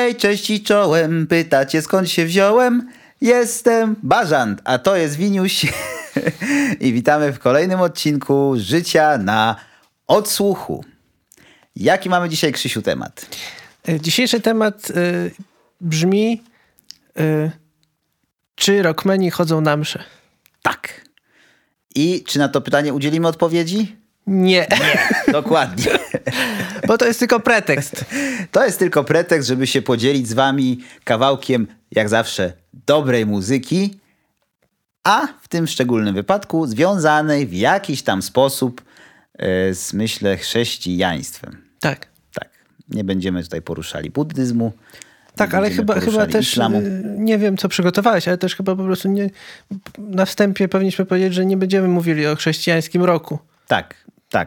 Hej, cześć i czołem, pytacie skąd się wziąłem? Jestem Bażant, a to jest Winiuś i witamy w kolejnym odcinku Życia na odsłuchu. Jaki mamy dzisiaj, Krzysiu, temat? Dzisiejszy temat brzmi czy rockmeni chodzą na msze? Tak. I czy na to pytanie udzielimy odpowiedzi? Nie. Dokładnie. Bo to jest tylko pretekst. To jest tylko pretekst, żeby się podzielić z wami kawałkiem, jak zawsze, dobrej muzyki, a w tym szczególnym wypadku związanej w jakiś tam sposób z, myślę, chrześcijaństwem. Tak. Tak. Nie będziemy tutaj poruszali buddyzmu. Tak, ale chyba też islamu. Nie wiem, co przygotowałeś, ale też chyba po prostu nie, na wstępie powinniśmy powiedzieć, że nie będziemy mówili o chrześcijańskim roku. Tak.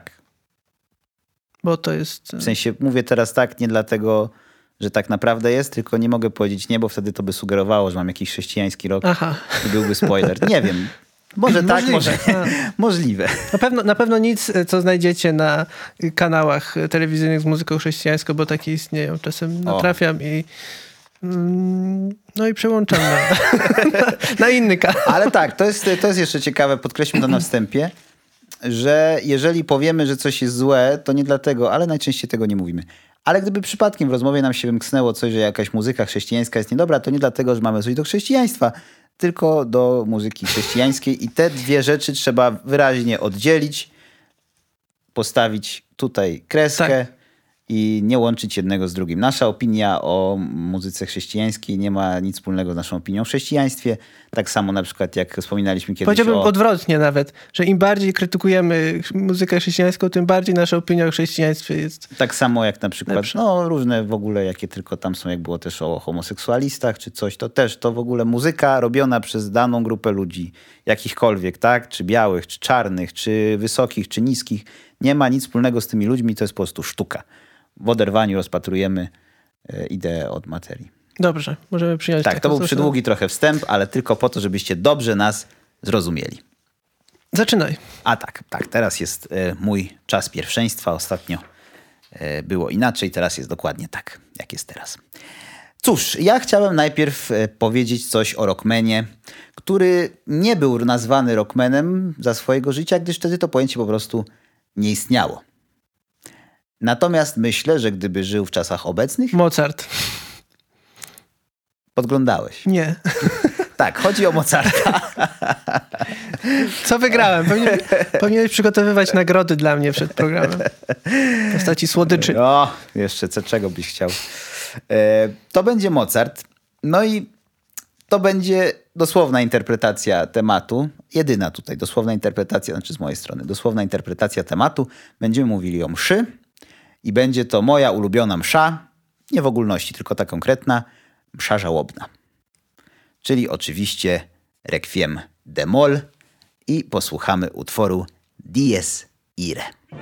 Bo to jest... W sensie mówię teraz tak nie dlatego, że tak naprawdę jest, tylko nie mogę powiedzieć nie, bo wtedy to by sugerowało, że mam jakiś chrześcijański rok. Aha. I byłby spoiler. Nie wiem. Może tak, może możliwe. Na pewno nic, co znajdziecie na kanałach telewizyjnych z muzyką chrześcijańską, bo takie istnieją. Czasem natrafiam i no i przełączam na inny kanał. Ale tak, to jest jeszcze ciekawe, podkreślmy to na wstępie, że jeżeli powiemy, że coś jest złe, to nie dlatego, ale najczęściej tego nie mówimy. Ale gdyby przypadkiem w rozmowie nam się wymknęło coś, że jakaś muzyka chrześcijańska jest niedobra, to nie dlatego, że mamy coś do chrześcijaństwa, tylko do muzyki chrześcijańskiej i te dwie rzeczy trzeba wyraźnie oddzielić, postawić tutaj kreskę. Tak. I nie łączyć jednego z drugim. Nasza opinia o muzyce chrześcijańskiej nie ma nic wspólnego z naszą opinią o chrześcijaństwie. Tak samo na przykład jak wspominaliśmy kiedyś Powiedziałbym odwrotnie nawet, że im bardziej krytykujemy muzykę chrześcijańską, tym bardziej nasza opinia o chrześcijaństwie jest tak samo jak na przykład lepsza. Różne w ogóle, jakie tylko tam są, jak było też o homoseksualistach czy coś, to też to w ogóle muzyka robiona przez daną grupę ludzi, jakichkolwiek, tak? Czy białych, czy czarnych, czy wysokich, czy niskich. Nie ma nic wspólnego z tymi ludźmi, to jest po prostu sztuka. W oderwaniu rozpatrujemy ideę od materii. Dobrze, możemy przyjąć. Tak, to był przydługi trochę wstęp, ale tylko po to, żebyście dobrze nas zrozumieli. Zaczynaj. A tak, teraz jest mój czas pierwszeństwa. Ostatnio było inaczej, teraz jest dokładnie tak, jak jest teraz. Cóż, ja chciałem najpierw powiedzieć coś o rockmanie, który nie był nazwany rockmanem za swojego życia, gdyż wtedy to pojęcie po prostu nie istniało. Natomiast myślę, że gdyby żył w czasach obecnych... Mozart. Podglądałeś. Nie. Tak, chodzi o Mozarta. Co wygrałem? Powinieneś przygotowywać nagrody dla mnie przed programem. W postaci słodyczy. O, jeszcze czego byś chciał. To będzie Mozart. No i to będzie dosłowna interpretacja tematu. Jedyna tutaj dosłowna interpretacja, znaczy z mojej strony, dosłowna interpretacja tematu. Będziemy mówili o mszy. I będzie to moja ulubiona msza, nie w ogólności, tylko ta konkretna, msza żałobna. Czyli oczywiście Requiem d-moll i posłuchamy utworu Dies Irae.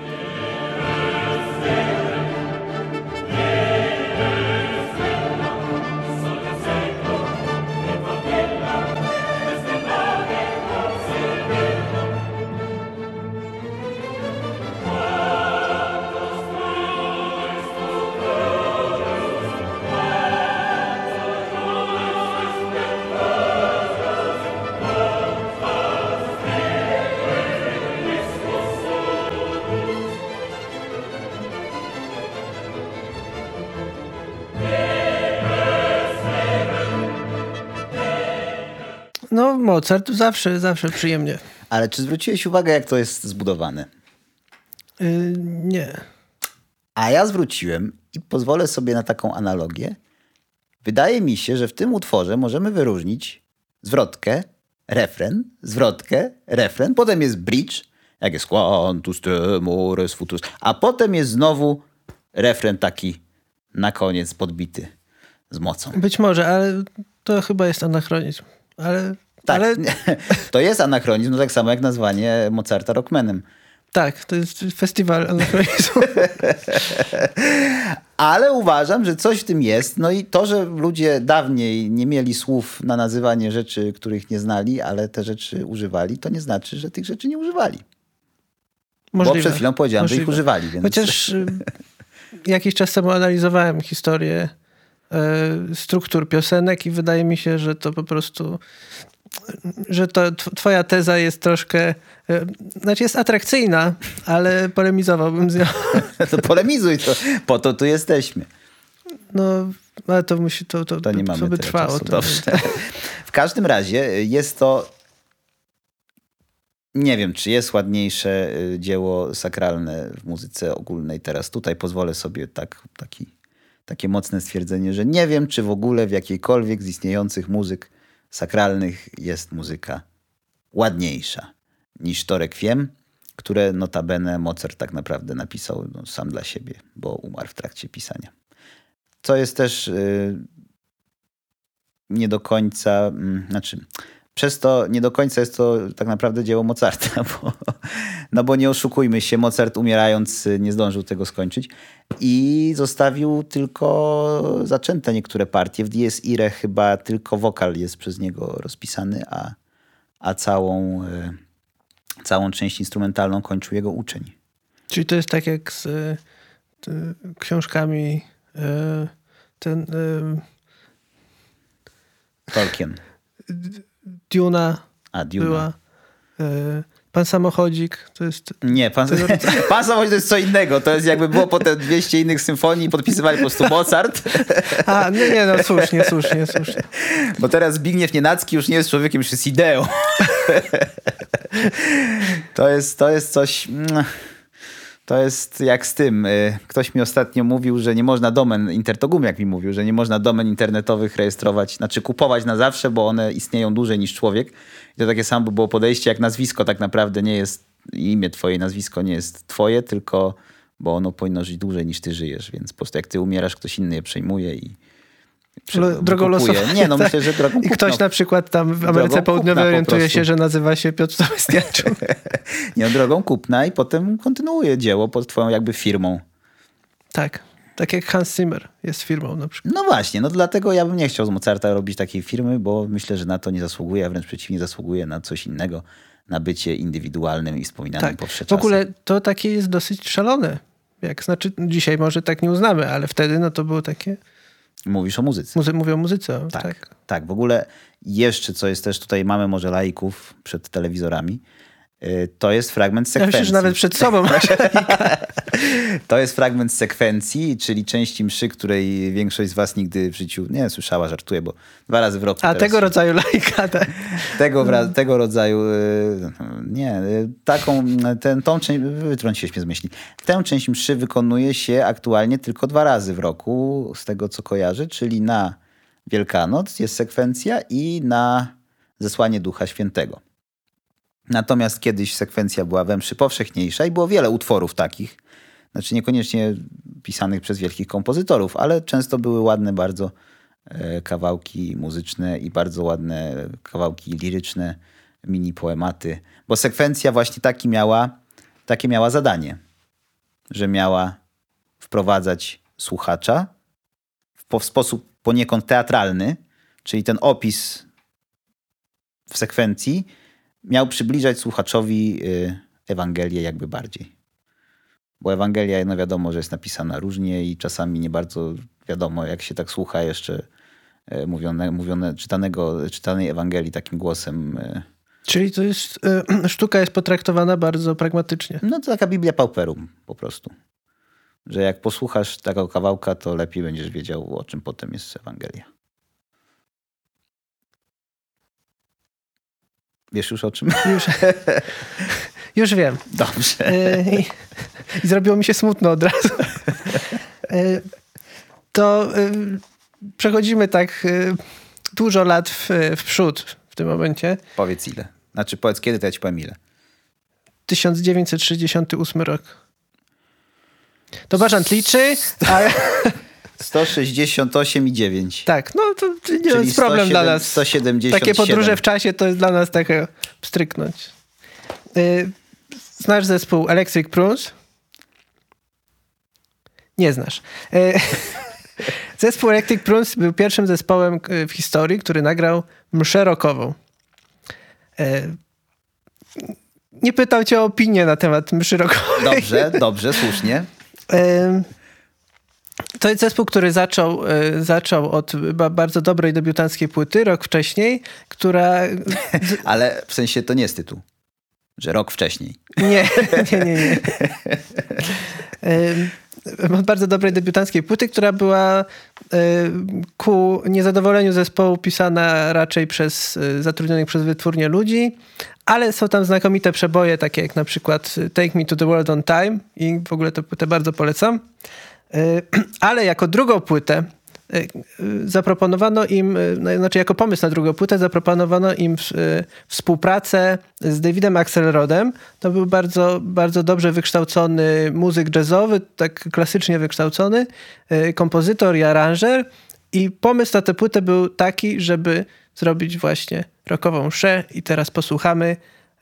No, Mozart zawsze przyjemnie. Ale czy zwróciłeś uwagę, jak to jest zbudowane? Nie. A ja zwróciłem i pozwolę sobie na taką analogię. Wydaje mi się, że w tym utworze możemy wyróżnić zwrotkę, refren, zwrotkę, refren. Potem jest bridge, jak jest quantus temores futurus. A potem jest znowu refren taki na koniec podbity z mocą. Być może, ale to chyba jest anachronizm. Tak, to jest anachronizm, no tak samo jak nazwanie Mozarta rockmanem. Tak, to jest festiwal anachronizmu. Ale uważam, że coś w tym jest. No i to, że ludzie dawniej nie mieli słów na nazywanie rzeczy, których nie znali, ale te rzeczy używali, to nie znaczy, że tych rzeczy nie używali. Możliwe. Bo przed chwilą powiedziałem, że ich używali. Więc... Chociaż jakiś czas temu analizowałem historię struktur piosenek i wydaje mi się, że to po prostu, że to twoja teza jest troszkę, znaczy jest atrakcyjna, ale polemizowałbym z nią. To polemizuj, to po to tu jesteśmy. No, ale to musi, to nie mamy by trwało. Czasu. Dobrze. W każdym razie jest to, nie wiem, czy jest ładniejsze dzieło sakralne w muzyce ogólnej teraz. Tutaj pozwolę sobie takie mocne stwierdzenie, że nie wiem, czy w ogóle w jakiejkolwiek z istniejących muzyk sakralnych jest muzyka ładniejsza niż to Requiem, które notabene Mozart tak naprawdę napisał sam dla siebie, bo umarł w trakcie pisania. Co jest też nie do końca, przez to nie do końca jest to tak naprawdę dzieło Mozarta, bo nie oszukujmy się, Mozart umierając nie zdążył tego skończyć i zostawił tylko zaczęte niektóre partie. W Dies Irae chyba tylko wokal jest przez niego rozpisany, a całą część instrumentalną kończył jego uczeń. Czyli to jest tak jak z książkami Tolkien. Duna. Duna. Była. Pan Samochodzik to jest... Nie, Pan Samochodzik to jest co innego. To jest jakby było potem 200 innych symfonii i podpisywali po prostu Mozart. No słusznie. Bo teraz Zbigniew Nienacki już nie jest człowiekiem, już jest ideą. To jest coś... To jest jak z tym. Ktoś mi ostatnio mówił, że nie można domen, Intertogumiak mi mówił, że nie można domen internetowych rejestrować, znaczy kupować na zawsze, bo one istnieją dłużej niż człowiek. I to takie samo by było podejście jak nazwisko tak naprawdę nie jest, imię twoje, nazwisko nie jest twoje, tylko bo ono powinno żyć dłużej niż ty żyjesz, więc po prostu jak ty umierasz, ktoś inny je przejmuje i drogą losowania. Nie, no myślę, że drogą kupna. I ktoś na przykład tam w Ameryce Południowej orientuje się, że nazywa się Piotr Sebastianczuk. Nie, no drogą kupna i potem kontynuuje dzieło pod twoją jakby firmą. Tak jak Hans Zimmer jest firmą na przykład. No właśnie, no dlatego ja bym nie chciał z Mozarta robić takiej firmy, bo myślę, że na to nie zasługuje, a wręcz przeciwnie zasługuje na coś innego, na bycie indywidualnym i wspominanym po wsze czasy. W ogóle to takie jest dosyć szalone. Znaczy dzisiaj może tak nie uznamy, ale wtedy no to było takie... Mówisz o muzyce. Mówię o muzyce. Tak. W ogóle jeszcze, co jest też tutaj, mamy może laików przed telewizorami, to jest fragment sekwencji. Ja myślę, że nawet przed sobą. To jest fragment sekwencji, czyli części mszy, której większość z was nigdy w życiu nie słyszała, żartuję, bo 2 razy w roku. A tego rodzaju laika, tak. Tego rodzaju, nie, tą część, wytrąciłeś mnie z myśli. Tę część mszy wykonuje się aktualnie tylko 2 razy w roku, z tego co kojarzę, czyli na Wielkanoc jest sekwencja i na Zesłanie Ducha Świętego. Natomiast kiedyś sekwencja była we mszy powszechniejsza i było wiele utworów takich, znaczy niekoniecznie pisanych przez wielkich kompozytorów, ale często były ładne bardzo kawałki muzyczne i bardzo ładne kawałki liryczne, mini poematy, bo sekwencja właśnie takie miała zadanie, że miała wprowadzać słuchacza w sposób poniekąd teatralny, czyli ten opis w sekwencji miał przybliżać słuchaczowi Ewangelię jakby bardziej. Bo Ewangelia, no wiadomo, że jest napisana różnie i czasami nie bardzo wiadomo, jak się tak słucha jeszcze czytanej Ewangelii takim głosem. Czyli to jest, sztuka jest potraktowana bardzo pragmatycznie. No to taka Biblia Pauperum po prostu. Że jak posłuchasz takiego kawałka, to lepiej będziesz wiedział, o czym potem jest Ewangelia. Wiesz już o czym? Już wiem. Dobrze. I zrobiło mi się smutno od razu. To przechodzimy tak dużo lat w przód w tym momencie. Powiedz ile. Znaczy powiedz kiedy, to ja ci powiem ile. 1968 rok. To Bażant liczy, a... 168,9. Tak, no to nie jest problem dla nas. 177. Takie podróże w czasie to jest dla nas takie pstryknąć. Znasz zespół Electric Prunes? Nie znasz. Zespół Electric Prunes był pierwszym zespołem w historii, który nagrał mszę rockową. Nie pytał cię o opinię na temat mszy rockowej. Dobrze, słusznie. To jest zespół, który zaczął od bardzo dobrej debiutanckiej płyty rok wcześniej, która... Ale w sensie to nie jest tytuł, że rok wcześniej. Nie. Bardzo dobrej debiutanckiej płyty, która była ku niezadowoleniu zespołu pisana raczej przez zatrudnionych przez wytwórnię ludzi, ale są tam znakomite przeboje, takie jak na przykład Take Me to the World on Time i w ogóle tę płytę bardzo polecam. Ale jako drugą płytę zaproponowano im, znaczy jako pomysł na drugą płytę zaproponowano im współpracę z Davidem Axelrodem. To był bardzo, bardzo dobrze wykształcony muzyk jazzowy, tak klasycznie wykształcony, kompozytor i aranżer. I pomysł na tę płytę był taki, żeby zrobić właśnie rockową mszę i teraz posłuchamy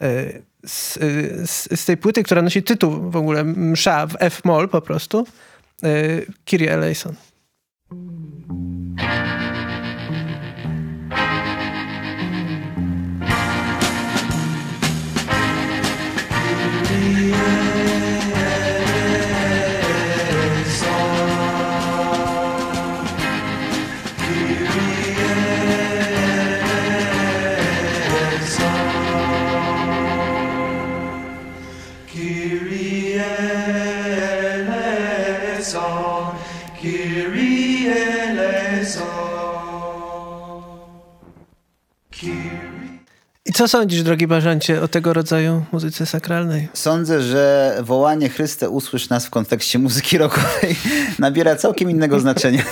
z tej płyty, która nosi tytuł w ogóle msza w F-moll po prostu, Kyrie Eleison. I co sądzisz, drogi Bażancie, o tego rodzaju muzyce sakralnej? Sądzę, że wołanie Chryste, usłysz nas w kontekście muzyki rockowej nabiera całkiem innego znaczenia.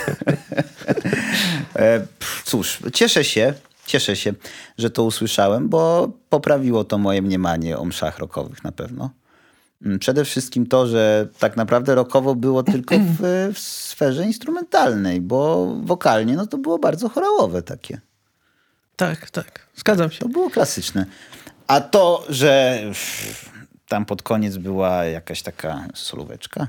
Cóż, cieszę się, że to usłyszałem, bo poprawiło to moje mniemanie o mszach rockowych na pewno. Przede wszystkim to, że tak naprawdę rockowo było tylko w sferze instrumentalnej, bo wokalnie no to było bardzo chorałowe takie. Tak, zgadzam się. To było klasyczne. A to, że tam pod koniec była jakaś taka solóweczka.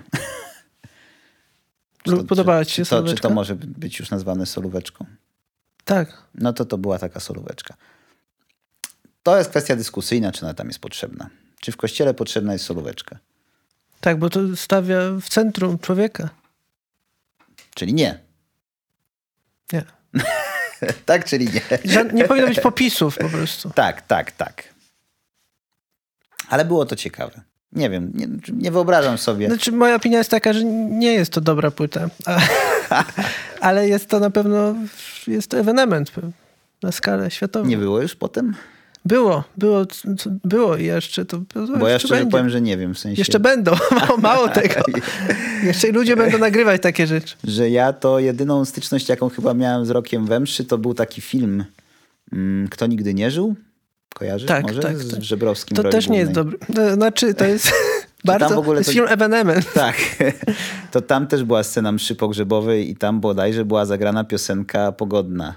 Podobała ci się solóweczka? Czy to może być już nazwane solóweczką? Tak. No to była taka solóweczka. To jest kwestia dyskusyjna, czy ona tam jest potrzebna. Czy w kościele potrzebna jest solóweczka? Tak, bo to stawia w centrum człowieka. Czyli nie. Nie. Tak, czyli nie. Nie powinno być popisów po prostu. Tak. Ale było to ciekawe. Nie wiem, nie wyobrażam sobie. Znaczy, moja opinia jest taka, że nie jest to dobra płyta. Ale jest to na pewno jest to ewenement na skalę światową. Nie było już potem? Było i jeszcze to. Bo ja szczerze powiem, że nie wiem. W sensie... Jeszcze będą, mało tego. Jeszcze ludzie będą nagrywać takie rzeczy. Że ja to jedyną styczność, jaką chyba miałem z rockiem we mszy, to był taki film Kto nigdy nie żył? Kojarzysz może? Tak. Z Żebrowskim. To też nie jest dobry. Znaczy, to jest bardzo... To jest film ewenement. Tak. To tam też była scena mszy pogrzebowej i tam bodajże była zagrana piosenka pogodna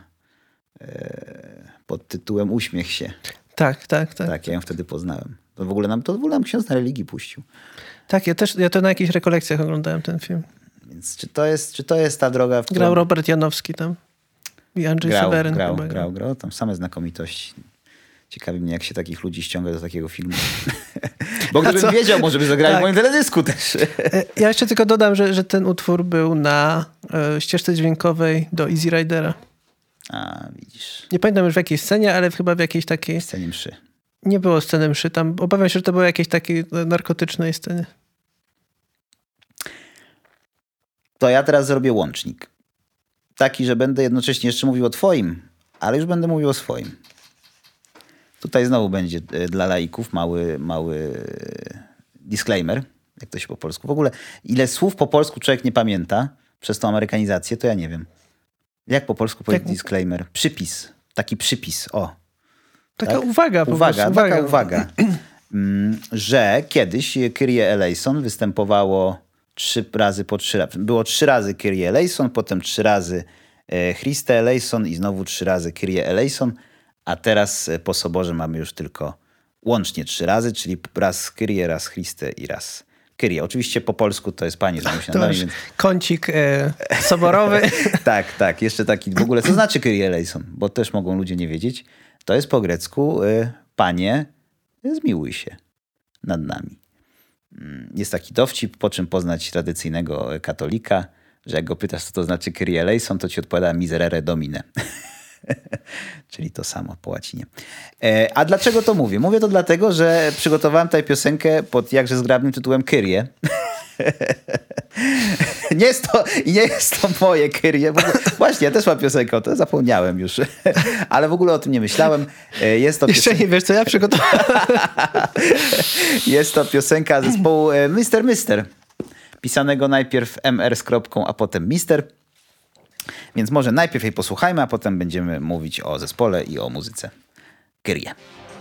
pod tytułem Uśmiech się. Tak. Tak, ja ją wtedy poznałem. To w ogóle nam ksiądz na religii puścił. Tak, ja to na jakichś rekolekcjach oglądałem ten film. Więc czy to jest ta droga, w którą... Grał Robert Janowski tam i Andrzej Seweryn. Grał. Tam same znakomitości. Ciekawi mnie, jak się takich ludzi ściąga do takiego filmu. Bo gdybym wiedział, może by zagrali w moim teledysku też. Ja jeszcze tylko dodam, że ten utwór był na ścieżce dźwiękowej do Easy Ridera. A, widzisz. Nie pamiętam już w jakiej scenie, ale chyba w jakiejś takiej... Scenie mszy. Nie było sceny mszy. Tam obawiam się, że to było jakieś takiej narkotycznej scenie. To ja teraz zrobię łącznik. Taki, że będę jednocześnie jeszcze mówił o twoim, ale już będę mówił o swoim. Tutaj znowu będzie dla laików mały disclaimer, jak to się po polsku. W ogóle ile słów po polsku człowiek nie pamięta przez tą amerykanizację, to ja nie wiem. Jak po polsku powiedzieć disclaimer? Przypis. Taki przypis. O. Taka tak? uwaga. Taka uwaga. Że kiedyś Kyrie Eleison występowało 3 razy po 3 razy. Było 3 razy Kyrie Eleison, potem 3 razy Chryste Eleison i znowu 3 razy Kyrie Eleison. A teraz po soborze mamy już tylko łącznie 3 razy, czyli raz Kyrie, raz Chryste i raz Kyrie. Oczywiście po polsku to jest Panie z moimi śniadaniami. Więc... Kącik soborowy. Tak. Jeszcze taki w ogóle. Co znaczy Kyrie Eleison? Bo też mogą ludzie nie wiedzieć. To jest po grecku Panie, zmiłuj się nad nami. Jest taki dowcip, po czym poznać tradycyjnego katolika, że jak go pytasz, co to znaczy Kyrie eleison, to ci odpowiada miserere domine. Czyli to samo po łacinie. A dlaczego to mówię? Mówię to dlatego, że przygotowałem tutaj piosenkę pod jakże zgrabnym tytułem Kyrie. Nie jest to moje Kyrie. Właśnie, ja też mam piosenkę, to zapomniałem już. Ale w ogóle o tym nie myślałem. Jest to Jeszcze nie wiesz, co ja przygotowałem. Jest to piosenka zespołu Mr. Pisanego najpierw MR z kropką, a potem Mister. Więc może najpierw jej posłuchajmy, a potem będziemy mówić o zespole i o muzyce. Kyrie.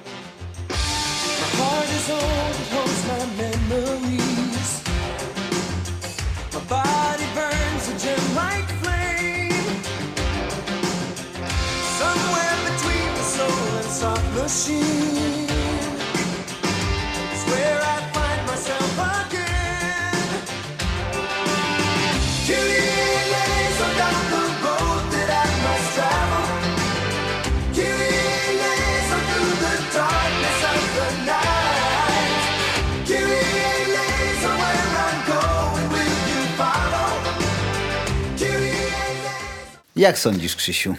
Jak sądzisz, Krzysiu?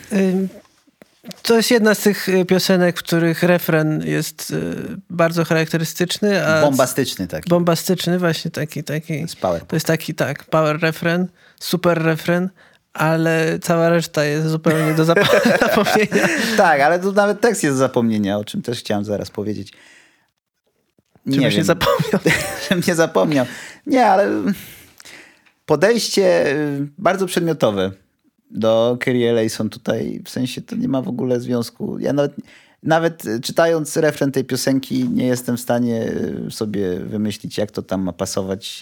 To jest jedna z tych piosenek, w których refren jest bardzo charakterystyczny. A bombastyczny taki. Bombastyczny, właśnie taki. To jest taki, power refren, super refren, ale cała reszta jest zupełnie do zapomnienia. Tak, ale tu nawet tekst jest do zapomnienia, o czym też chciałem zaraz powiedzieć. Nie zapomniał. Żebym nie zapomniał. Nie, ale podejście bardzo przedmiotowe do Kyrie eleison tutaj, w sensie to nie ma w ogóle związku. Ja nawet czytając refren tej piosenki nie jestem w stanie sobie wymyślić, jak to tam ma pasować.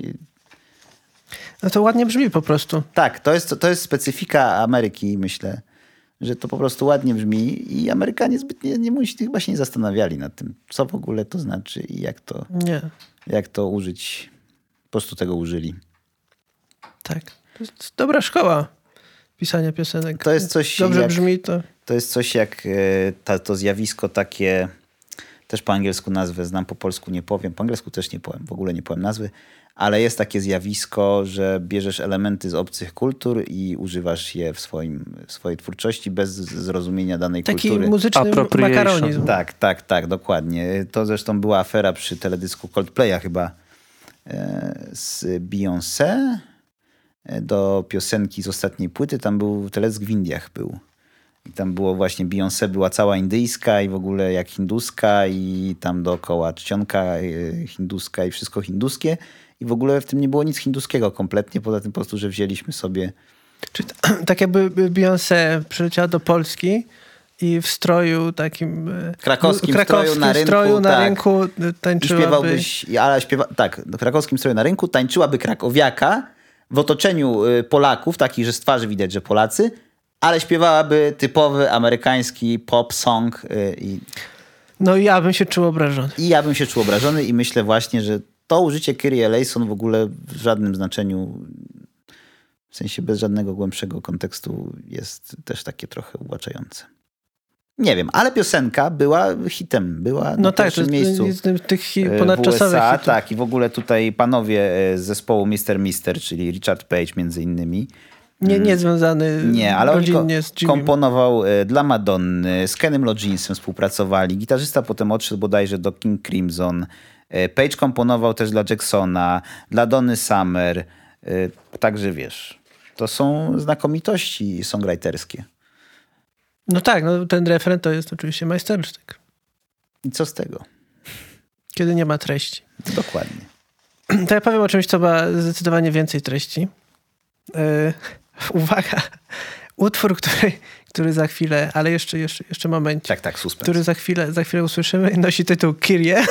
No to ładnie brzmi po prostu. Tak, to jest specyfika Ameryki, myślę, że to po prostu ładnie brzmi i Amerykanie zbytnie chyba się nie zastanawiali nad tym, co w ogóle to znaczy i jak to użyć. Po prostu tego użyli. Tak, to jest dobra szkoła pisania piosenek. To jest coś dobrze brzmi to. To jest coś jak to zjawisko takie, też po angielsku nazwę znam, po polsku nie powiem, po angielsku też nie powiem, w ogóle nie powiem nazwy, ale jest takie zjawisko, że bierzesz elementy z obcych kultur i używasz je w swojej twórczości bez zrozumienia danej kultury. Taki muzyczny makaronizm. Tak, dokładnie. To zresztą była afera przy teledysku Coldplaya chyba z Beyoncé do piosenki z ostatniej płyty. Tam był teledysk w Indiach był. I tam było właśnie Beyoncé była cała indyjska i w ogóle jak hinduska i tam dookoła czcionka hinduska i wszystko hinduskie. I w ogóle w tym nie było nic hinduskiego kompletnie, poza tym po prostu, że wzięliśmy sobie... Czyli tak jakby Beyoncé przyleciała do Polski i w stroju takim... Krakowskim stroju na rynku tańczyłaby... w krakowskim stroju na rynku tańczyłaby krakowiaka w otoczeniu Polaków, takich, że z twarzy widać, że Polacy, ale śpiewałaby typowy amerykański pop song. No i ja bym się czuł obrażony. I myślę właśnie, że to użycie Kyrie eleison w ogóle w żadnym znaczeniu, w sensie bez żadnego głębszego kontekstu jest też takie trochę uwłaczające. Nie wiem, ale piosenka była hitem, była na pierwszym miejscu. Tych ponadczasowych hitów. Tak, i w ogóle tutaj panowie z zespołu Mister, czyli Richard Page między innymi. Nie związany rodzinnie z Jimmy. Komponował dla Madonny, z Kenym Loginsem współpracowali. Gitarzysta potem odszedł bodajże do King Crimson. Page komponował też dla Jacksona, dla Donny Summer. Także wiesz, to są znakomitości songwriterskie. No tak, ten refren to jest oczywiście majstersztyk. I co z tego? Kiedy nie ma treści. Dokładnie. To ja powiem o czymś, co ma zdecydowanie więcej treści. Uwaga, utwór, który za chwilę, ale jeszcze moment. Tak, suspens. Który za chwilę usłyszymy, nosi tytuł Kyrie.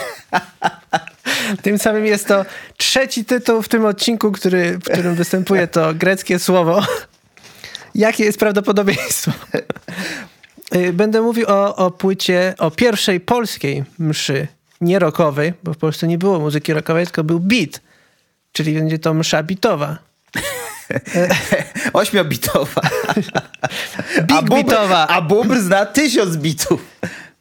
Tym samym jest to trzeci tytuł w tym odcinku, w którym występuje to greckie słowo. Jakie jest prawdopodobieństwo? Będę mówił o płycie, o pierwszej polskiej mszy, nie rockowej, bo w Polsce nie było muzyki rockowej, tylko był beat, czyli będzie to msza bitowa. 8-bitowa. Bitowa. A bubr zna 1000 bitów.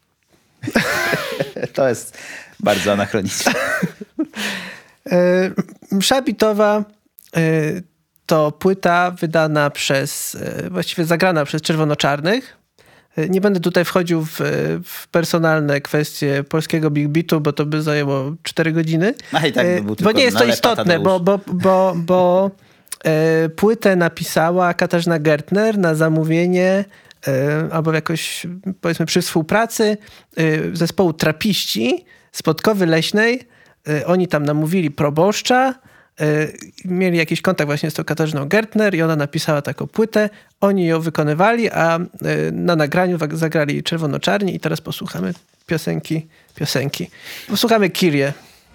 To jest bardzo anachroniczne. Msza bitowa to płyta wydana właściwie zagrana przez Czerwono-Czarnych. Nie będę tutaj wchodził w personalne kwestie polskiego Big Beatu, bo to by zajęło 4 godziny. A i tak by był bo nie jest to istotne, bo płytę napisała Katarzyna Gertner na zamówienie albo jakoś, powiedzmy, przy współpracy zespołu Trapiści z Podkowy Leśnej. Oni tam namówili proboszcza, mieli jakiś kontakt właśnie z tą Katarzyną Gertner i ona napisała taką płytę. Oni ją wykonywali, a na nagraniu zagrali Czerwono-Czarni i teraz posłuchamy piosenki. Posłuchamy Kyrie.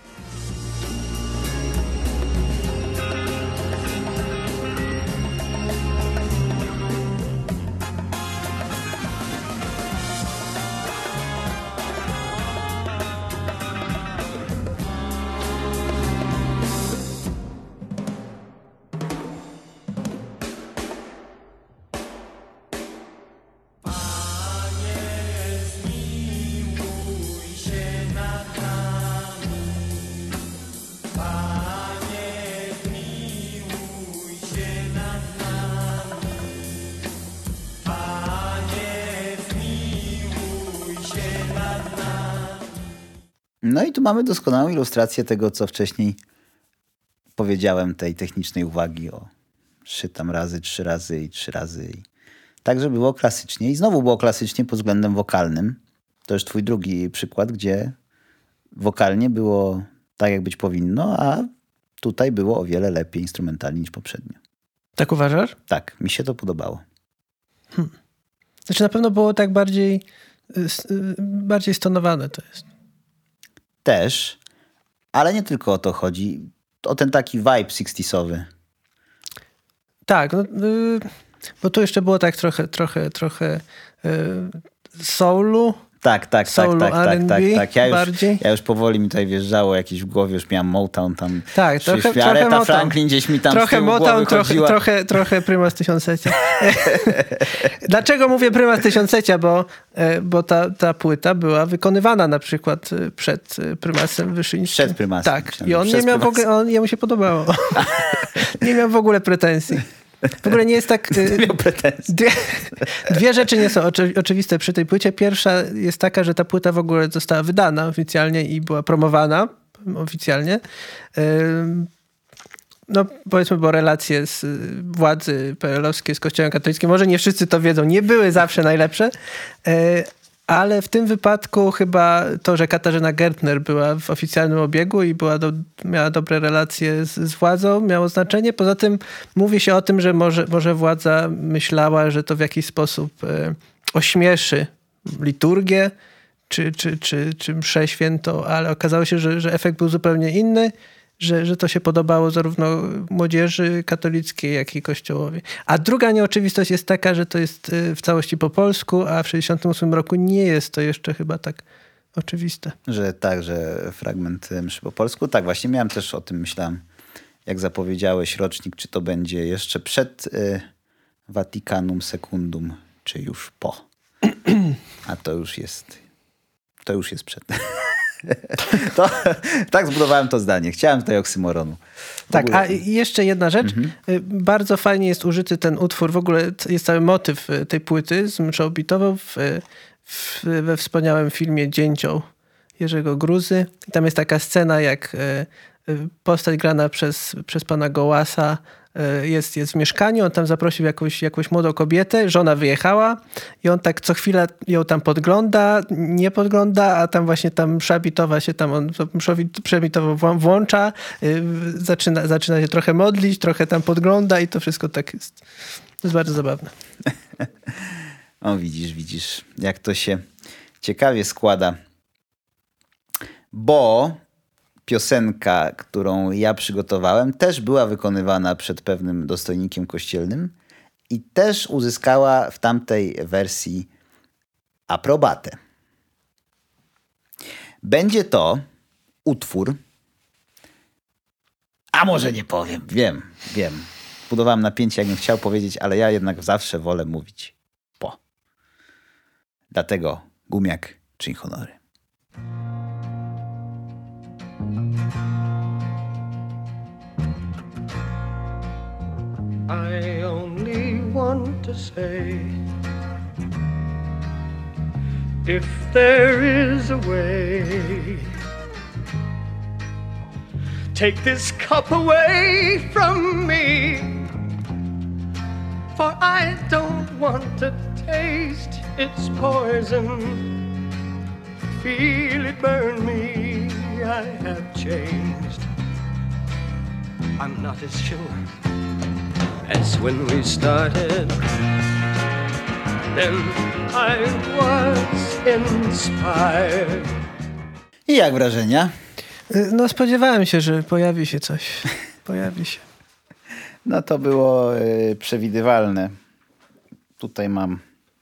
No i tu mamy doskonałą ilustrację tego, co wcześniej powiedziałem, tej technicznej uwagi o 3 razy, 3 razy i 3 razy. Także było klasycznie i znowu było klasycznie pod względem wokalnym. To już twój drugi przykład, gdzie wokalnie było tak, jak być powinno, a tutaj było o wiele lepiej instrumentalnie niż poprzednio. Tak uważasz? Tak, mi się to podobało. Znaczy na pewno było tak bardziej stonowane to jest. Też, ale nie tylko o to chodzi. O ten taki vibe 60sowy. Tak, bo tu jeszcze było tak trochę soulu. Tak. Ja już powoli mi tutaj wjeżdżało jakieś w głowie, już miałem Motown tam. Tak, trochę Aretha Franklin gdzieś mi tam trochę z tyłu Motown, głowy chodziła. trochę Prymas Tysiąclecia. Dlaczego mówię Prymas Tysiąclecia? Bo ta płyta była wykonywana na przykład przed Prymasem Wyszyńskim. Przed Prymasem. Tak. I on nie miał w ogóle, jemu się podobało. Nie miał w ogóle pretensji. W ogóle nie jest tak... Nie miał pretensji. Dwie rzeczy nie są oczywiste przy tej płycie. Pierwsza jest taka, że ta płyta w ogóle została wydana oficjalnie i była promowana oficjalnie. No powiedzmy, bo relacje z władzy PRL-owskie z Kościołem katolickim, może nie wszyscy to wiedzą, nie były zawsze najlepsze, ale w tym wypadku chyba to, że Katarzyna Gertner była w oficjalnym obiegu i miała dobre relacje z władzą, miało znaczenie. Poza tym mówi się o tym, że może władza myślała, że to w jakiś sposób ośmieszy liturgię czy mszę świętą, ale okazało się, że efekt był zupełnie inny. Że to się podobało zarówno młodzieży katolickiej, jak i Kościołowi. A druga nieoczywistość jest taka, że to jest w całości po polsku, a w 1968 roku nie jest to jeszcze chyba tak oczywiste. Że tak, że fragment mszy po polsku. Tak, właśnie miałem też o tym, myślałem, jak zapowiedziałeś rocznik, czy to będzie jeszcze przed Vaticanum Secundum, czy już po. A to już jest przed. Tak zbudowałem to zdanie. Chciałem tutaj oksymoronu. Tak, a jeszcze jedna rzecz. Bardzo fajnie jest użyty ten utwór. W ogóle jest cały motyw tej płyty z mszą bitową we wspaniałym filmie Dzięcioł Jerzego Gruzy. I tam jest taka scena, jak postać grana przez pana Gołasa jest w mieszkaniu, on tam zaprosił jakąś młodą kobietę, żona wyjechała i on tak co chwilę ją tam podgląda, nie podgląda, a tam właśnie tam msza bitowa się tam, on mszę bitową włącza, zaczyna się trochę modlić, trochę tam podgląda i to wszystko tak jest. To jest bardzo zabawne. O, widzisz, jak to się ciekawie składa. Bo piosenka, którą ja przygotowałem, też była wykonywana przed pewnym dostojnikiem kościelnym i też uzyskała w tamtej wersji aprobatę. Będzie to utwór, a może nie powiem, wiem. Budowałem napięcie, jakbym chciał powiedzieć, ale ja jednak zawsze wolę mówić po. Dlatego Gumiak, czyń honory. I only want to say, if there is a way, take this cup away from me, for I don't want to taste its poison. Feel it burn me, I have changed. I'm not as sure as when we started. Then I was inspired. I jak wrażenia? No spodziewałem się, że pojawi się coś. Pojawi się. No to było przewidywalne. Tutaj mam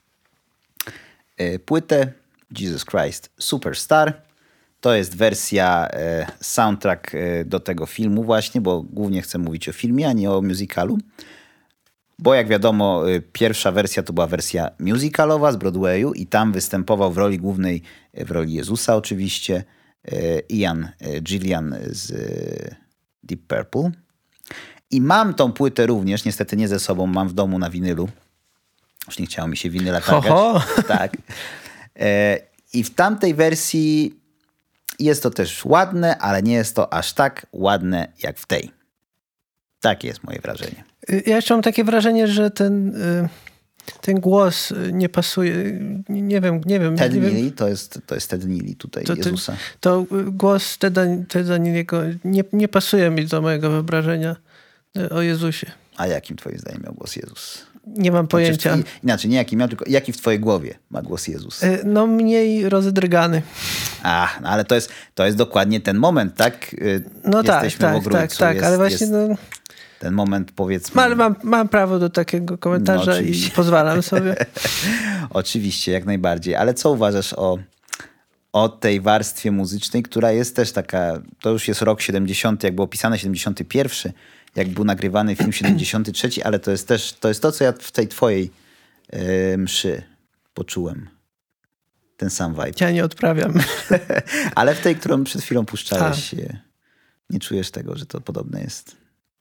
płytę Jesus Christ Superstar. To jest wersja soundtrack do tego filmu właśnie, bo głównie chcę mówić o filmie, a nie o musicalu. Bo jak wiadomo, pierwsza wersja to była wersja musicalowa z Broadwayu i tam występował w roli głównej, w roli Jezusa oczywiście, Ian Gillan z Deep Purple. I mam tą płytę również, niestety nie ze sobą, mam w domu na winylu. Już nie chciało mi się winyla targać. Tak. I w tamtej wersji jest to też ładne, ale nie jest to aż tak ładne jak w tej. Takie jest moje wrażenie. Ja jeszcze mam takie wrażenie, że ten głos nie pasuje. Nie wiem. Ted Neely, to jest Ted Neely tutaj, Jezusa. To głos Teda Neely'ego nie pasuje mi do mojego wyobrażenia o Jezusie. A jakim twoim zdaniem miał głos Jezus? Nie mam pojęcia. Inaczej, nie jaki miał, tylko jaki w twojej głowie ma głos Jezus? No mniej rozedrgany. No ale to jest dokładnie ten moment, tak? No jesteśmy w ogrójcu. Tak, ale właśnie... ten moment, powiedzmy... Ale mam prawo do takiego komentarza i pozwalam sobie. Oczywiście, jak najbardziej. Ale co uważasz o tej warstwie muzycznej, która jest też taka... To już jest rok 70, jak było pisane 71, jak był nagrywany film 73, ale to jest to, co ja w tej twojej mszy poczułem. Ten sam vibe. Ja nie odprawiam. Ale w tej, którą przed chwilą puszczałeś, nie czujesz tego, że to podobne jest?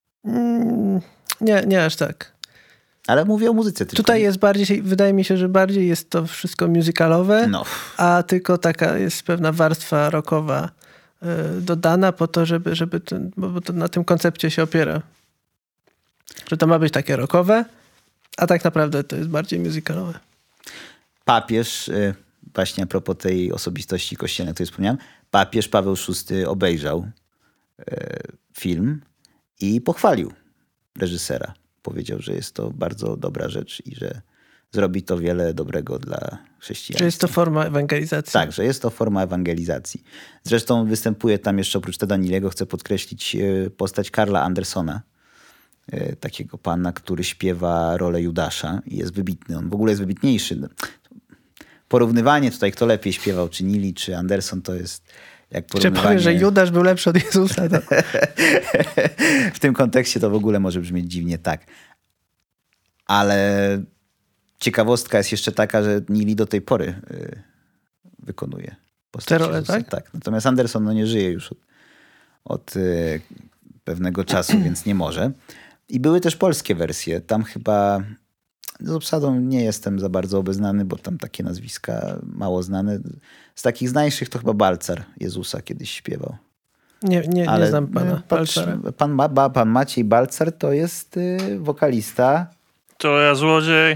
Nie aż tak. Ale mówię o muzyce tylko. Tutaj jest bardziej, wydaje mi się, że bardziej jest to wszystko musicalowe, a tylko taka jest pewna warstwa rockowa dodana po to, żeby bo to na tym koncepcie się opiera. Że to ma być takie rockowe, a tak naprawdę to jest bardziej musicalowe. Papież, właśnie a propos tej osobistości kościelnej, o której wspomniałem, papież Paweł VI obejrzał film i pochwalił reżysera. Powiedział, że jest to bardzo dobra rzecz i że zrobi to wiele dobrego dla chrześcijan. Że jest to forma ewangelizacji. Tak, że jest to forma ewangelizacji. Zresztą występuje tam jeszcze oprócz Teda Neely'ego, chcę podkreślić postać Karla Andersona, takiego pana, który śpiewa rolę Judasza i jest wybitny. On w ogóle jest wybitniejszy. Porównywanie tutaj, kto lepiej śpiewał, czy Neely, czy Anderson, to jest jak porównywanie... Czy powiesz, że Judasz był lepszy od Jezusa? To... W tym kontekście to w ogóle może brzmieć dziwnie, tak. Ale ciekawostka jest jeszcze taka, że Neely do tej pory wykonuje postać te role, Jezusa. tak? Tak. Natomiast Anderson nie żyje już od pewnego czasu, więc nie może. I były też polskie wersje. Tam chyba z obsadą nie jestem za bardzo obeznany, bo tam takie nazwiska mało znane. Z takich znańszych to chyba Balcar Jezusa kiedyś śpiewał. Nie znam pana Balcara. Pan Maciej Balcar to jest wokalista. To ja złodziej.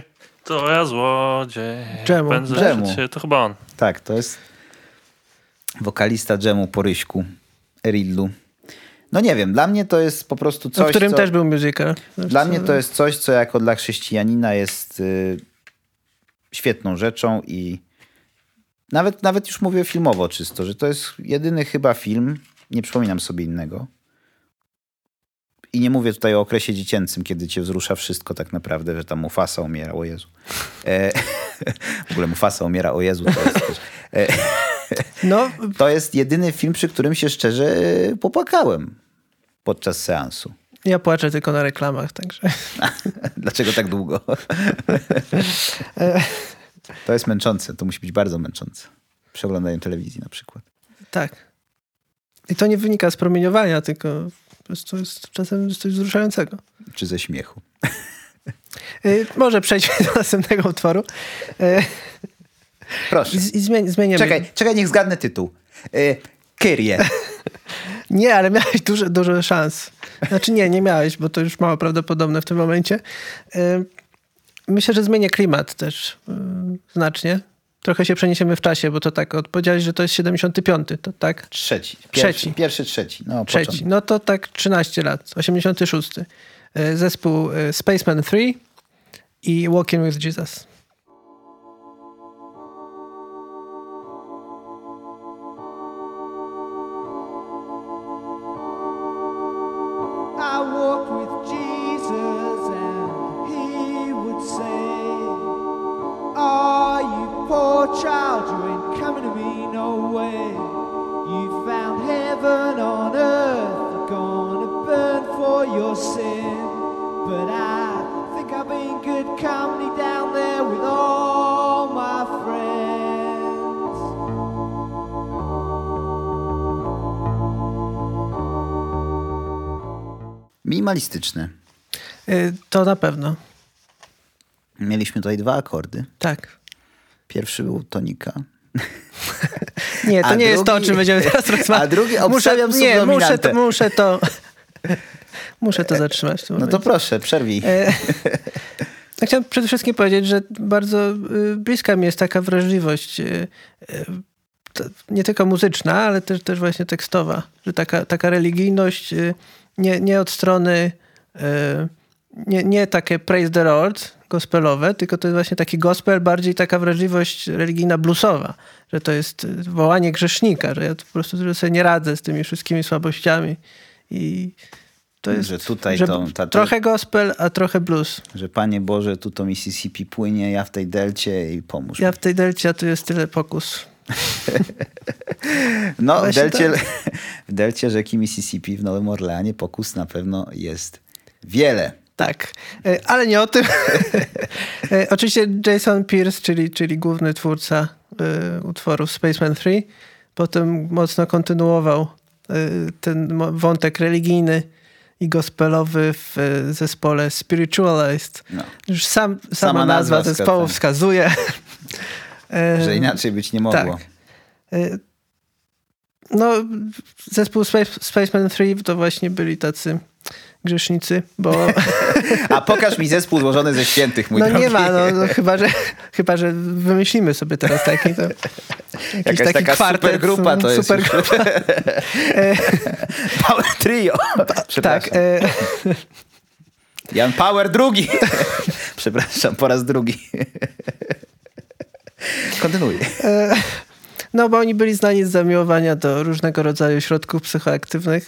Dżemu. To chyba on. Tak, to jest wokalista Dżemu po Ryśku, Erillu. No nie wiem, dla mnie to jest po prostu coś, w którym też był musical. Dla mnie to jest coś, co jako dla chrześcijanina jest świetną rzeczą i nawet już mówię filmowo czysto, że to jest jedyny chyba film, nie przypominam sobie innego. I nie mówię tutaj o okresie dziecięcym, kiedy cię wzrusza wszystko tak naprawdę, że tam Mufasa umiera, o Jezu. W ogóle Mufasa umiera, o Jezu. To jest też, to jest jedyny film, przy którym się szczerze popłakałem podczas seansu. Ja płaczę tylko na reklamach, także... Dlaczego tak długo? To jest męczące, to musi być bardzo męczące. Przy oglądaniu telewizji na przykład. Tak. I to nie wynika z promieniowania, tylko po prostu jest czasem coś wzruszającego. Czy ze śmiechu. Może przejdźmy do następnego utworu. Proszę. I zmieniamy. Czekaj, niech zgadnę tytuł. Kyrie. Nie, ale miałeś dużo szans. Znaczy nie miałeś, bo to już mało prawdopodobne w tym momencie. Myślę, że zmienię klimat też znacznie. Trochę się przeniesiemy w czasie, bo to tak odpowiedziałeś, że to jest 75, to tak? Trzeci. No, trzeci. No to tak 13 lat, 86. Zespół Spaceman 3 i Walking with Jesus. I walked with Jesus and he would say, oh, you poor child, you ain't coming to me no way. You found heaven on earth, you're gonna burn for your sin. But I think I've been good company down there with all my friends. Minimalistyczne. To na pewno. Mieliśmy tutaj 2 akordy. Tak. Pierwszy był tonika. Nie, to nie jest to, o czym będziemy teraz rozmawiać. A drugi obstawiam Muszę to zatrzymać. W tym no to proszę, przerwij. Ja chciałem przede wszystkim powiedzieć, że bardzo bliska mi jest taka wrażliwość nie tylko muzyczna, ale też właśnie tekstowa. Że taka religijność nie od strony nie takie praise the Lord gospelowe, tylko to jest właśnie taki gospel, bardziej taka wrażliwość religijna bluesowa, że to jest wołanie grzesznika, że ja po prostu sobie nie radzę z tymi wszystkimi słabościami i to jest, że tutaj trochę gospel, a trochę blues. Że Panie Boże, tu to Mississippi płynie, ja w tej delcie i pomóż. Ja w tej delcie, a tu jest tyle pokus. No, w delcie rzeki Mississippi w Nowym Orleanie pokus na pewno jest wiele. Tak, ale nie o tym. Oczywiście Jason Pierce, czyli główny twórca utworów Spaceman 3, potem mocno kontynuował ten wątek religijny i gospelowy w zespole Spiritualized. No. Już sama nazwa zespołu wskazuje. Że inaczej być nie mogło. Tak. No, zespół Spaceman 3 to właśnie byli tacy grzesznicy, bo... A pokaż mi zespół złożony ze świętych, mój drogi. Nie ma, chyba, że wymyślimy sobie teraz taki, to jakaś taki taka kwartet, supergrupa to jest. Supergrupa. Power Trio. Przepraszam. Tak. Jan Power II. Przepraszam, po raz drugi. Kontynuuj. No, bo oni byli znani z zamiłowania do różnego rodzaju środków psychoaktywnych.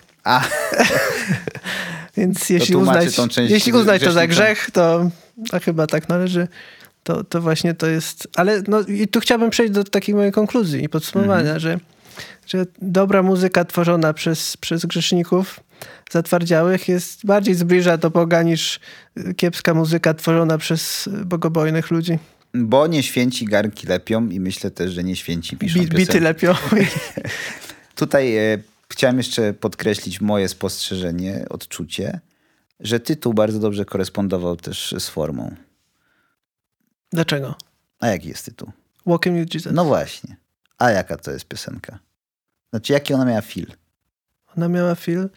Więc jeśli uznać to za grzech, to chyba tak należy. To właśnie to jest... Ale no, i tu chciałbym przejść do takiej mojej konkluzji i podsumowania, że dobra muzyka tworzona przez grzeszników zatwardziałych jest bardziej zbliża do Boga niż kiepska muzyka tworzona przez bogobojnych ludzi. Bo nie święci garnki lepią i myślę też, że nie święci piszą piosenki. Bity lepią. Tutaj chciałem jeszcze podkreślić moje spostrzeżenie, odczucie, że tytuł bardzo dobrze korespondował też z formą. Dlaczego? A jaki jest tytuł? Walking with Jesus. No właśnie. A jaka to jest piosenka? Znaczy, jaki ona miała feel? Ona miała feel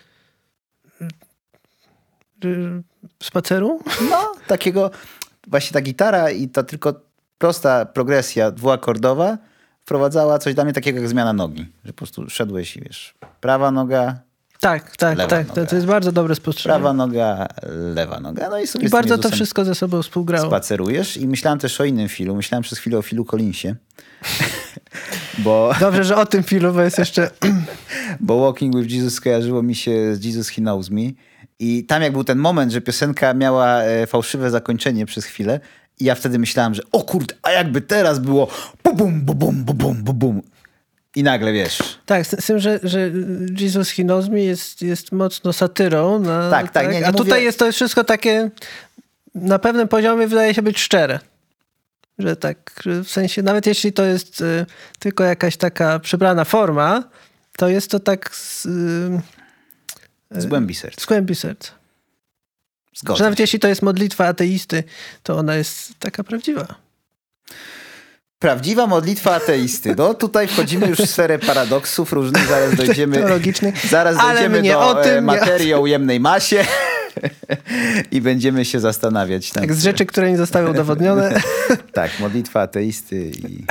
spaceru? No, takiego właśnie ta gitara i ta tylko prosta progresja dwuakordowa wprowadzała coś dla mnie takiego jak zmiana nogi. Że po prostu szedłeś i wiesz, prawa noga, Tak. To jest bardzo dobre spostrzeżenie. Prawa noga, lewa noga. No i bardzo to wszystko ze sobą współgrało. Spacerujesz i myślałem też o innym filu. Myślałem przez chwilę o Philu Collinsie. Dobrze, że o tym filu, bo jest jeszcze... Bo Walking with Jesus skojarzyło mi się z Jesus He Knows Me. I tam jak był ten moment, że piosenka miała fałszywe zakończenie przez chwilę i ja wtedy myślałem, że o kurde, a jakby teraz było bum, bum, bum, bum, bum, bum. I nagle wiesz. Tak, z tym, że Jesus He Knows Me jest mocno satyrą. Tak. A tutaj to jest wszystko takie na pewnym poziomie wydaje się być szczere. Że tak, że w sensie nawet jeśli to jest tylko jakaś taka przybrana forma, to jest to tak z głębi serca. Z głębi serca. Zgodzę Że nawet się. jeśli to jest modlitwa ateisty, to ona jest taka prawdziwa. Prawdziwa modlitwa ateisty. No tutaj wchodzimy już w sferę paradoksów różnych, zaraz dojdziemy, Teologicznych. zaraz Ale dojdziemy mnie do o tym nie- materii o ujemnej masie i będziemy się zastanawiać. Tak, z rzeczy, które nie zostały udowodnione. Tak, modlitwa ateisty i...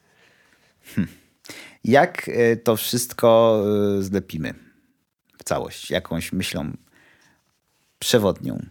Jak to wszystko zlepimy w całość? Jakąś myślą przewodnią?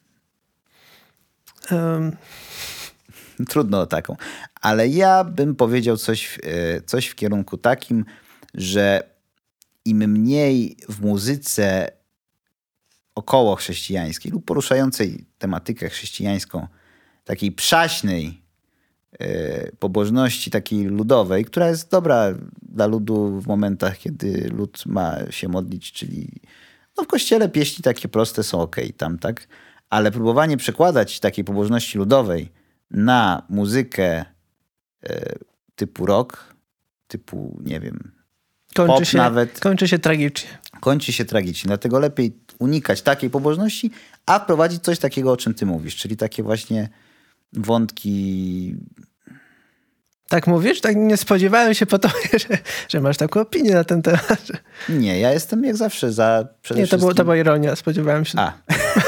Trudno o taką. Ale ja bym powiedział coś w kierunku takim, że im mniej w muzyce około chrześcijańskiej lub poruszającej tematykę chrześcijańską, takiej przaśnej pobożności, takiej ludowej, która jest dobra dla ludu w momentach, kiedy lud ma się modlić, czyli no w kościele pieśni takie proste są okej tam, tak? Ale próbowanie przekładać takiej pobożności ludowej na muzykę typu rock, typu, nie wiem, pop nawet. Kończy się tragicznie. Kończy się tragicznie. Dlatego lepiej unikać takiej pobożności, a wprowadzić coś takiego, o czym ty mówisz. Czyli takie właśnie wątki... Tak mówisz? Tak nie spodziewałem się po tobie, że masz taką opinię na ten temat. Nie, ja jestem jak zawsze za przede Nie, wszystkim... to była ironia. Spodziewałem się. A.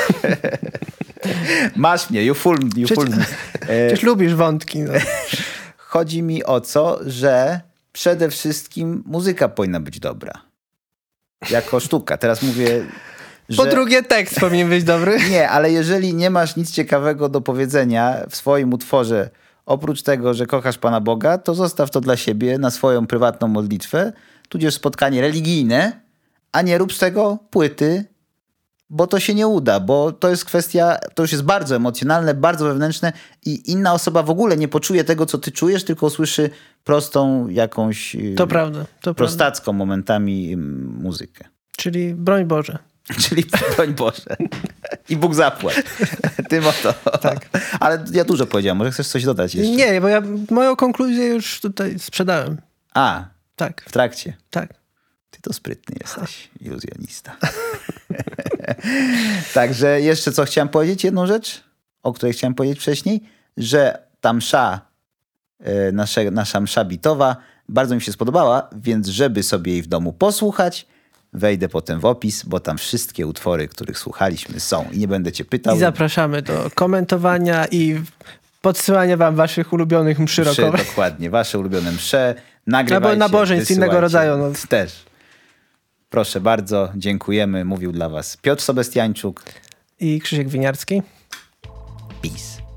Masz mnie, you fool me. Przecież lubisz wątki. No. Chodzi mi o co, że przede wszystkim muzyka powinna być dobra. Jako sztuka. Teraz mówię, że... Po drugie tekst powinien być dobry. Nie, ale jeżeli nie masz nic ciekawego do powiedzenia w swoim utworze, oprócz tego, że kochasz Pana Boga, to zostaw to dla siebie na swoją prywatną modlitwę, tudzież spotkanie religijne, a nie rób z tego płyty, bo to się nie uda, bo to jest kwestia, to już jest bardzo emocjonalne, bardzo wewnętrzne i inna osoba w ogóle nie poczuje tego, co ty czujesz, tylko usłyszy prostą jakąś To prawda. prostacką momentami muzykę. Czyli broń Boże. Czyli broń Boże. I Bóg zapłać. Tym oto. Tak. Ale ja dużo powiedziałem. Może chcesz coś dodać jeszcze? Nie, bo ja moją konkluzję już tutaj sprzedałem. A, Tak, w trakcie. tak. Ty to sprytny jesteś, iluzjonista. Także jeszcze co chciałem powiedzieć, jedną rzecz, o której chciałem powiedzieć wcześniej, że ta msza, nasza msza bitowa bardzo mi się spodobała, więc żeby sobie jej w domu posłuchać, wejdę potem w opis, bo tam wszystkie utwory, których słuchaliśmy są i nie będę cię pytał. I zapraszamy do komentowania i podsyłania wam waszych ulubionych mszy rockowych. Dokładnie, wasze ulubione msze. Nagrywajcie, Albo nabożeństw innego rodzaju. No. Też. Proszę bardzo, dziękujemy. Mówił dla was Piotr Sobestiańczuk. I Krzysiek Winiarski. Peace.